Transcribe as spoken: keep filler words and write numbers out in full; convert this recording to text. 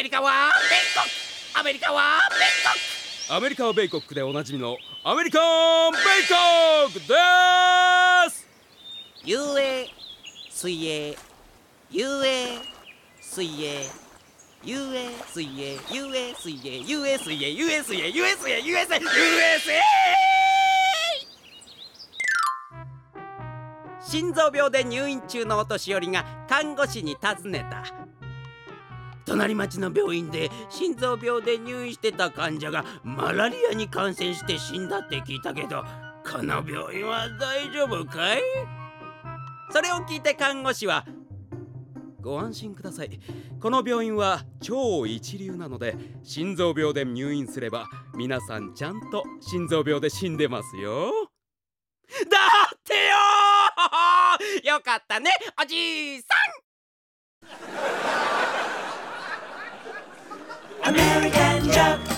リカは米国。アメリカは米国。 アメリカは米国でおなじみのアメリカン米国でーす。 遊泳、水泳、遊泳、水泳、遊泳、水泳、遊泳、水泳、遊泳、水泳、遊泳、水泳、遊泳、水泳、遊泳、水泳、遊泳、水泳。心臓病で入院中のお年寄りが看護師に尋ねた。隣町の病院で心臓病で入院してた患者がマラリアに感染して死んだって聞いたけど、この病院は大丈夫かい？それを聞いて看護師は、ご安心ください。この病院は超一流なので、心臓病で入院すれば皆さんちゃんと心臓病で死んでますよ。だってよーよかったね、おじいさん。American Joke